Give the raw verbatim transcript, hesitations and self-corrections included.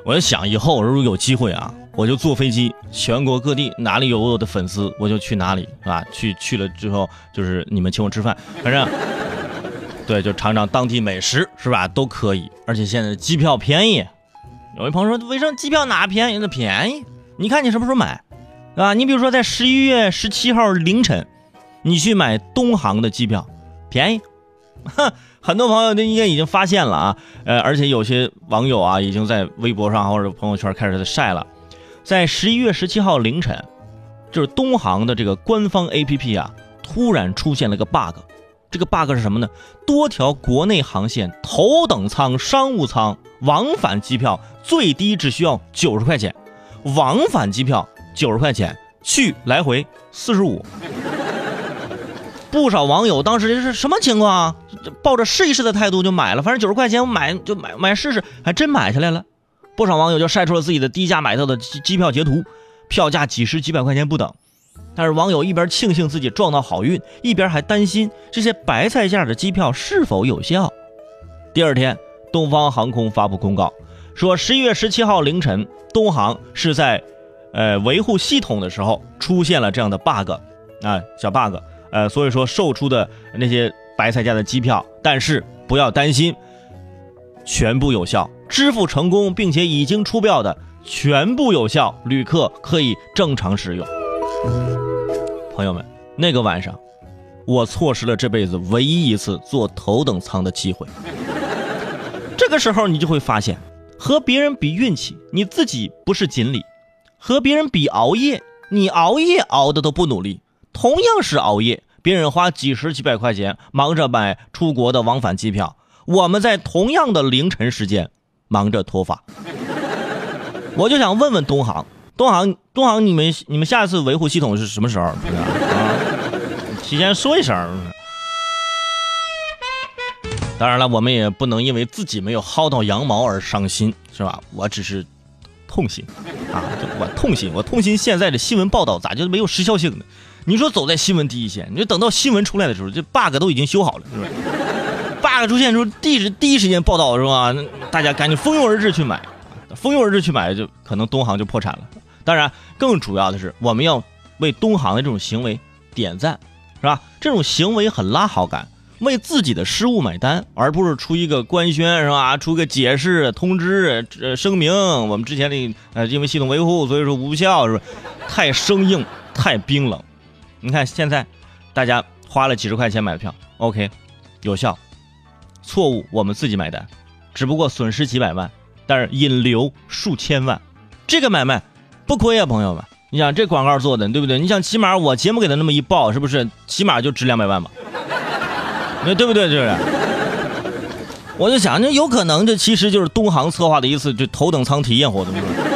我就想以后如果有机会啊，我就坐飞机，全国各地哪里有我的粉丝，我就去哪里啊，去去了之后就是你们请我吃饭，反正对，就尝尝当地美食是吧，都可以。而且现在机票便宜，有一朋友说为什么机票哪便宜？那便宜，你看你什么时候买啊？你比如说在十一月十七号凌晨，你去买东航的机票，便宜。哼，很多朋友都应该已经发现了啊，呃，而且有些网友啊，已经在微博上或者朋友圈开始晒了，在十一月十七号凌晨，就是东航的这个官方 A P P 啊，突然出现了个 bug， 这个 bug 是什么呢？多条国内航线头等舱、商务舱往返机票最低只需要九十块钱，往返机票九十块钱，去来回四十五。不少网友当时这是什么情况啊？抱着试一试的态度就买了，反正九十块钱我买就买买试试，还真买下来了。不少网友就晒出了自己的低价买到的机票截图，票价几十几百块钱不等。但是网友一边庆幸自己撞到好运，一边还担心这些白菜价的机票是否有效。第二天，东方航空发布公告说，十一月十七号凌晨，东航是在呃维护系统的时候出现了这样的 bug 啊，小 bug。呃，所以说售出的那些白菜价的机票，但是不要担心，全部有效，支付成功并且已经出票的全部有效，旅客可以正常使用。朋友们，那个晚上，我错失了这辈子唯一一次坐头等舱的机会。这个时候你就会发现，和别人比运气，你自己不是锦鲤；和别人比熬夜，你熬夜熬的都不努力。同样是熬夜，别人花几十几百块钱忙着买出国的往返机票，我们在同样的凌晨时间忙着脱发。我就想问问东航，东航，东航，你们你们下次维护系统是什么时候？啊，提前说一声。当然了，我们也不能因为自己没有薅到羊毛而伤心，是吧？我只是痛心啊，我痛心，我痛心现在的新闻报道咋就没有时效性呢？你说走在新闻第一线，你就等到新闻出来的时候，这 bug 都已经修好了，是不是 ？bug 出现的时候，第一第一时间报道是吧？大家赶紧蜂拥而至去买，蜂拥而至去买，就可能东航就破产了。当然，更主要的是，我们要为东航的这种行为点赞，是吧？这种行为很拉好感，为自己的失误买单，而不是出一个官宣，是吧？出个解释、通知、呃、声明，我们之前的呃因为系统维护，所以说无效，是吧？太生硬，太冰冷。你看现在大家花了几十块钱买的票 OK 有效，错误我们自己买单，只不过损失几百万，但是引流数千万，这个买卖不亏啊，朋友们。你想这广告做的对不对？你想起码我节目给他那么一报，是不是起码就值两百万吧？那对不对？就是我就想这有可能这其实就是东航策划的一次就头等舱体验活动。